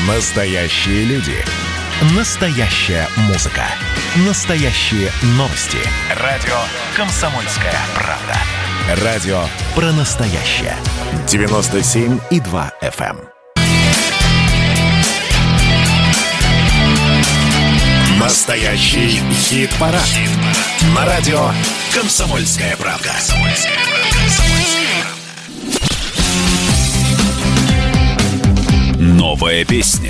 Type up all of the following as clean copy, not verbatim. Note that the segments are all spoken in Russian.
Настоящие люди. Настоящая музыка. Настоящие новости. Радио «Комсомольская правда». Радио про настоящее. 97,2 FM. Настоящий хит-парад. На радио «Комсомольская правда». Новая песня.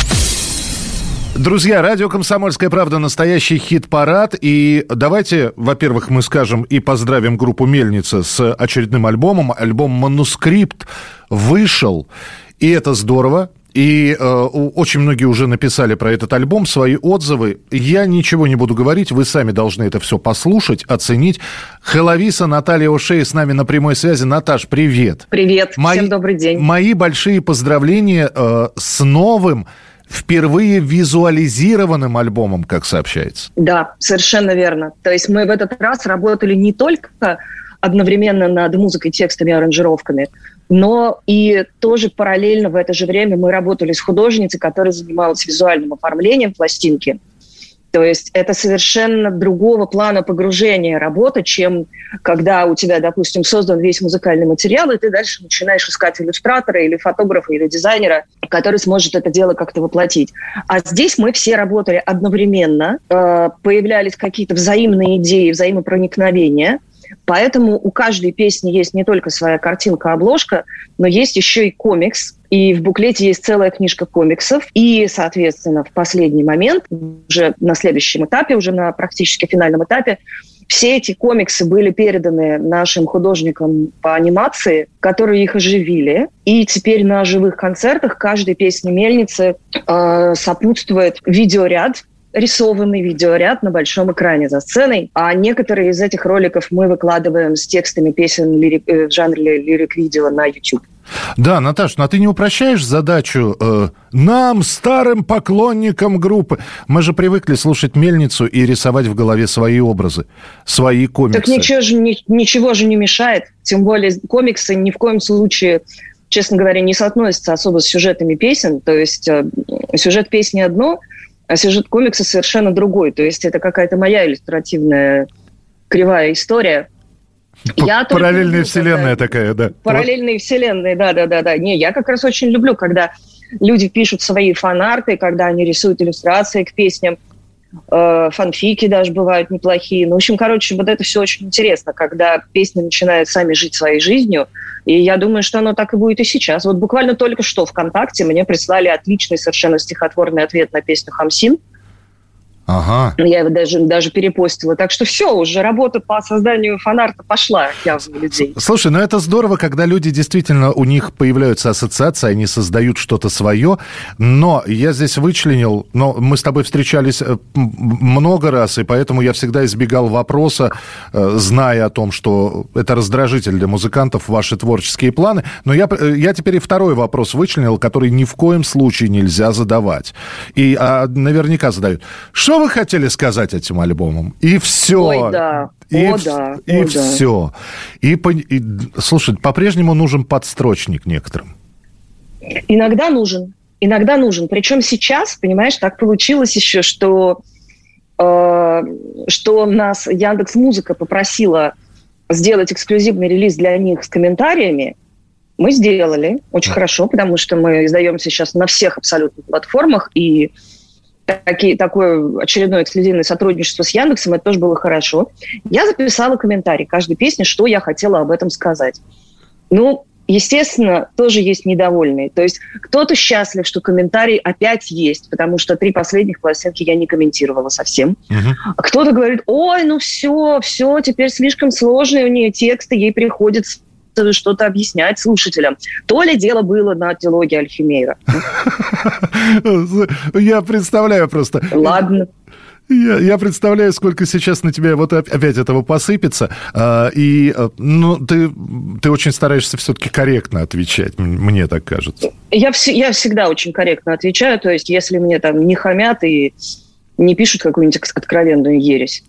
Друзья, радио «Комсомольская правда», настоящий хит-парад. И давайте, во-первых, мы скажем и поздравим группу «Мельница» с очередным альбомом. Альбом «Манускрипт» вышел, и это здорово. И очень многие уже написали про этот альбом свои отзывы. Я ничего не буду говорить, вы сами должны это все послушать, оценить. Хеловиса, Наталья Ошей с нами на прямой связи. Наташ, привет. Привет, всем добрый день. Мои большие поздравления с новым, впервые визуализированным альбомом, как сообщается. Да, совершенно верно. То есть мы в этот раз работали не только одновременно над музыкой, текстами, аранжировками, но и тоже параллельно в это же время мы работали с художницей, которая занималась визуальным оформлением пластинки. То есть это совершенно другого плана погружения работа, чем когда у тебя, допустим, создан весь музыкальный материал, и ты дальше начинаешь искать иллюстратора или фотографа или дизайнера, который сможет это дело как-то воплотить. А здесь мы все работали одновременно, появлялись какие-то взаимные идеи, взаимопроникновения. Поэтому у каждой песни есть не только своя картинка-обложка, но есть еще и комикс. И в буклете есть целая книжка комиксов. И, соответственно, в последний момент, уже на следующем этапе, уже на практически финальном этапе, все эти комиксы были переданы нашим художникам по анимации, которые их оживили. И теперь на живых концертах каждой песне «Мельницы» сопутствует видеоряд, рисованный видеоряд на большом экране за сценой. А некоторые из этих роликов мы выкладываем с текстами песен в жанре лирик-видео на YouTube. Да, Наташ, но ты не упрощаешь задачу нам, старым поклонникам группы? Мы же привыкли слушать «Мельницу» и рисовать в голове свои образы, свои комиксы. Так ничего же не мешает. Тем более комиксы ни в коем случае, честно говоря, не соотносятся особо с сюжетами песен. То есть сюжет песни одно, а сюжет комикса совершенно другой. То есть это какая-то моя иллюстративная кривая история. Параллельная вселенная такая, да. Параллельные вселенные, да. Не, я как раз очень люблю, когда люди пишут свои фан-арты, когда они рисуют иллюстрации к песням, фанфики даже бывают неплохие. Ну, в общем, вот это все очень интересно, когда песни начинают сами жить своей жизнью. И я думаю, что оно так и будет и сейчас. Вот буквально только что ВКонтакте мне прислали отличный совершенно стихотворный ответ на песню «Хамсин». Ага. Я его даже перепостила. Так что все, уже работа по созданию фан-арта пошла явно у людей. Слушай, ну это здорово, когда люди действительно, у них появляются ассоциации, они создают что-то свое. Но я здесь вычленил, но мы с тобой встречались много раз, и поэтому я всегда избегал вопроса, зная о том, что это раздражитель для музыкантов, ваши творческие планы. Но я теперь и второй вопрос вычленил, который ни в коем случае нельзя задавать. И наверняка задают. Что вы хотели сказать этим альбомом? И все. Ой, да. Все. Слушай, по-прежнему нужен подстрочник некоторым. Иногда нужен. Причем сейчас, понимаешь, так получилось еще, что нас Яндекс.Музыка попросила сделать эксклюзивный релиз для них с комментариями. Мы сделали очень хорошо, потому что мы издаемся сейчас на всех абсолютно платформах, и такое очередное эксклюзивное сотрудничество с Яндексом, это тоже было хорошо. Я записала комментарий каждой песни, что я хотела об этом сказать. Ну, естественно, тоже есть недовольные. То есть кто-то счастлив, что комментарий опять есть, потому что 3 последних пластинки я не комментировала совсем. А кто-то говорит, ой, ну все, теперь слишком сложные у нее тексты, ей приходится что-то объяснять слушателям. То ли дело было на диалоге Альхимейра. Я представляю просто. Ладно. Я представляю, сколько сейчас на тебя вот опять этого посыпется. И ты очень стараешься все-таки корректно отвечать, мне так кажется. Я всегда очень корректно отвечаю. То есть, если мне там не хамят и не пишут какую-нибудь откровенную ересь.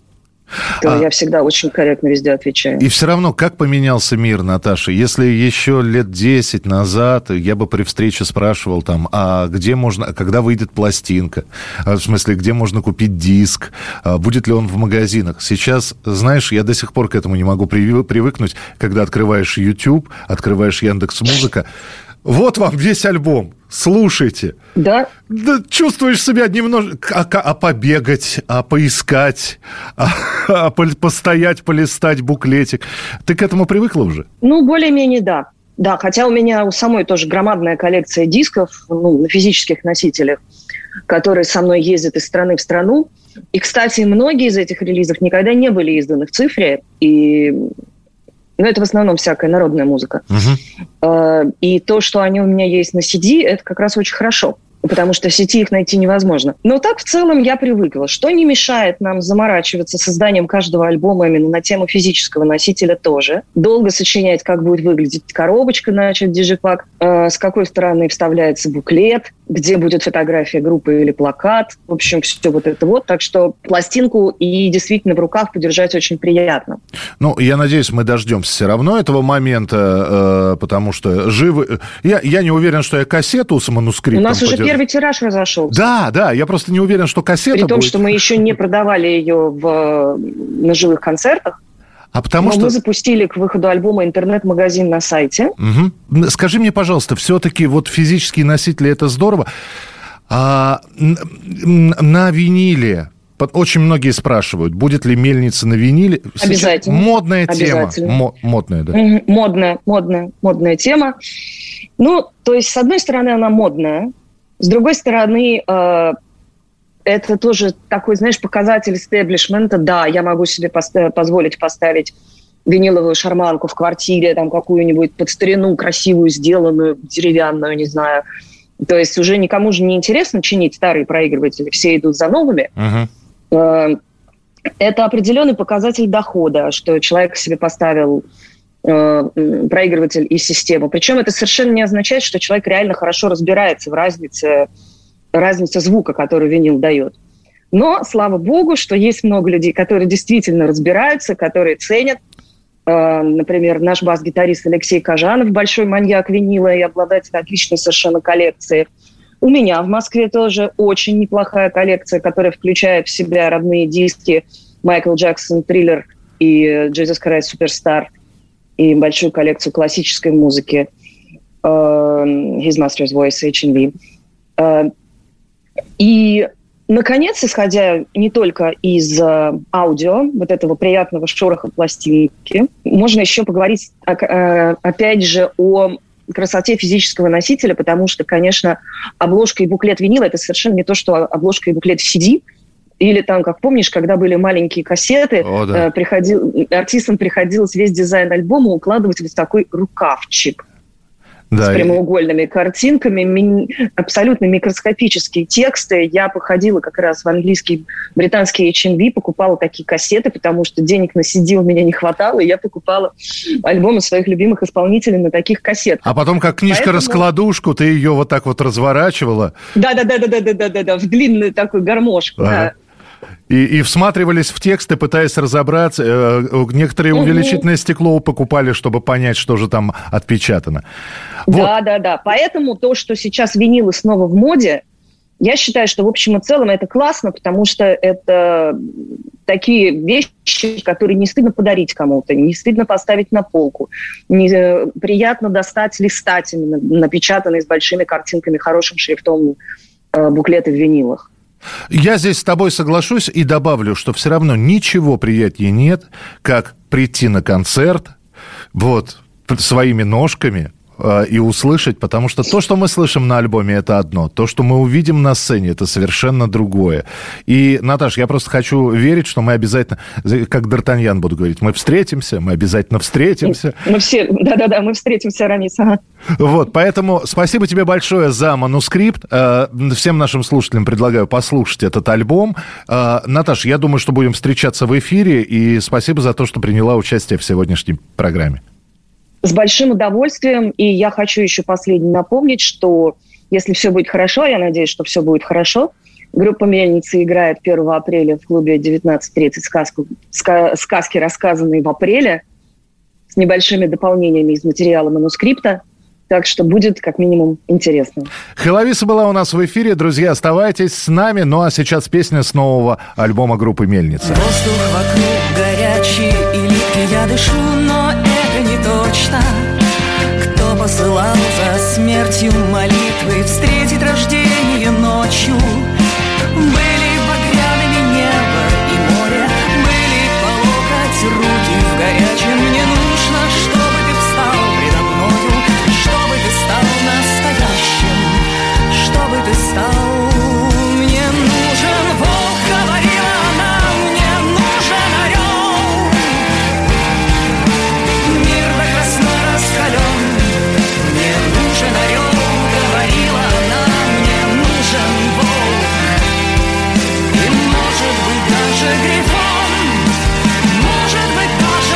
то я всегда очень корректно везде отвечаю. И все равно, как поменялся мир, Наташа? Если еще лет 10 назад я бы при встрече спрашивал там, а где можно, когда выйдет пластинка? В смысле, где можно купить диск? Будет ли он в магазинах? Сейчас, знаешь, я до сих пор к этому не могу привыкнуть, когда открываешь YouTube, открываешь Яндекс.Музыка. Вот вам весь альбом. Слушайте. Да. Да, чувствуешь себя немножко... А побегать, а поискать, постоять, полистать буклетик. Ты к этому привыкла уже? Ну, более-менее, да. Да, хотя у меня у самой тоже громадная коллекция дисков, на физических носителях, которые со мной ездят из страны в страну. И, кстати, многие из этих релизов никогда не были изданы в цифре, и... Но это в основном всякая народная музыка. И то, что они у меня есть на CD, это как раз очень хорошо. Потому что в сети их найти невозможно. Но так в целом я привыкла. Что не мешает нам заморачиваться созданием каждого альбома именно на тему физического носителя тоже. Долго сочинять, как будет выглядеть коробочка на Digipack, с какой стороны вставляется буклет, где будет фотография группы или плакат. В общем, все вот это вот. Так что пластинку и действительно в руках подержать очень приятно. Ну, я надеюсь, мы дождемся все равно этого момента, потому что живы... Я не уверен, что я кассету с манускриптом... У нас уже первый тираж разошелся. Да, я просто не уверен, что кассета будет. При том, что мы еще не продавали ее на живых концертах. Но мы запустили к выходу альбома интернет-магазин на сайте. Угу. Скажи мне, пожалуйста, все-таки вот физические носители – это здорово. На виниле очень многие спрашивают, будет ли мельница на виниле. Обязательно. Модная тема. Модная, да? Модная тема. Ну, то есть, с одной стороны, она модная. С другой стороны, это тоже такой, знаешь, показатель истеблишмента. Да, я могу себе позволить поставить виниловую шарманку в квартире, там какую-нибудь под старину красивую, сделанную, деревянную, не знаю. То есть уже никому же не интересно чинить старые проигрыватели, все идут за новыми. Это определенный показатель дохода, что человек себе поставил проигрыватель и систему. Причем это совершенно не означает, что человек реально хорошо разбирается в разнице звука, который винил дает. Но, слава богу, что есть много людей, которые действительно разбираются, которые ценят. Например, наш бас-гитарист Алексей Кожанов, большой маньяк винила и обладатель отличной совершенно коллекции. У меня в Москве тоже очень неплохая коллекция, которая включает в себя родные диски Майкл Джексон, Триллер и Jesus Christ Superstar, и большую коллекцию классической музыки, His Master's Voice, HNV. И, наконец, исходя не только из аудио, вот этого приятного шороха пластинки, можно еще поговорить, опять же, о красоте физического носителя, потому что, конечно, обложка и буклет винила – это совершенно не то, что обложка и буклет CD. Или там, как помнишь, когда были маленькие кассеты, артистам приходилось весь дизайн альбома укладывать в такой рукавчик с прямоугольными картинками, абсолютно микроскопические тексты. Я походила как раз в английский, британский HNV, покупала такие кассеты, потому что денег на CD у меня не хватало, и я покупала альбомы своих любимых исполнителей на таких кассетах. А потом, как книжка-раскладушку, ты ее вот так вот разворачивала. Да, в длинную такую гармошку, да. И всматривались в тексты, пытаясь разобраться. Некоторые увеличительное стекло покупали, чтобы понять, что же там отпечатано. Да. Поэтому то, что сейчас винилы снова в моде, я считаю, что в общем и целом это классно, потому что это такие вещи, которые не стыдно подарить кому-то, не стыдно поставить на полку. Приятно достать, листать именно напечатанные с большими картинками, хорошим шрифтом буклеты в винилах. Я здесь с тобой соглашусь и добавлю, что все равно ничего приятнее нет, как прийти на концерт своими ножками и услышать, потому что то, что мы слышим на альбоме, это одно. То, что мы увидим на сцене, это совершенно другое. И, Наташ, я просто хочу верить, что мы обязательно, как Д'Артаньян буду говорить, мы встретимся, мы обязательно встретимся. Мы мы встретимся, Рамис. Поэтому спасибо тебе большое за манускрипт. Всем нашим слушателям предлагаю послушать этот альбом. Наташ, я думаю, что будем встречаться в эфире, и спасибо за то, что приняла участие в сегодняшней программе. С большим удовольствием. И я хочу еще последнее напомнить, что если все будет хорошо, я надеюсь, что все будет хорошо, Группа «Мельница» играет 1 апреля в клубе 19:30 сказки, рассказанные в апреле, с небольшими дополнениями из материала манускрипта. Так что будет, как минимум, интересно. Хеловиса была у нас в эфире. Друзья, оставайтесь с нами. Ну а сейчас песня с нового альбома группы «Мельница». Воздух вокруг горячий и липкий, я дышу, но это не точно. Кто посылал за смертью молитвы встретить рождение ночью? Были багряными небо и море, были по локоть руки в горячем. Мне нужно, чтобы ты встал предо мною, чтобы ты стал настоящим, чтобы ты стал. Мне нужен волк, говорила она, мне нужен орел. Мир до красна раскален, мне нужен орел, говорила она, мне нужен волк. И может быть даже грифон, может быть даже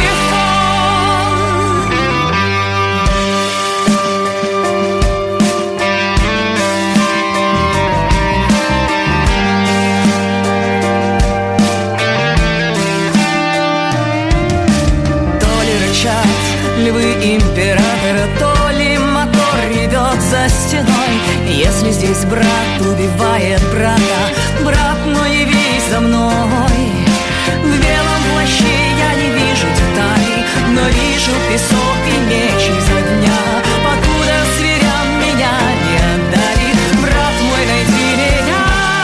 львы императора, то ли мотор ревет за стеной. Если здесь брат убивает брата, брат мой, явись за мной. В белом плаще я не вижу деталей, но вижу песок и меч изо дня. Покуда зверям меня не отдали, брат мой, найди меня.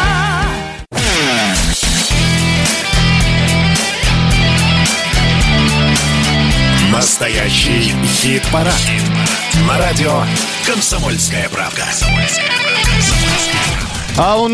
Настоящий хит-парад. На радио «Комсомольская правда». А у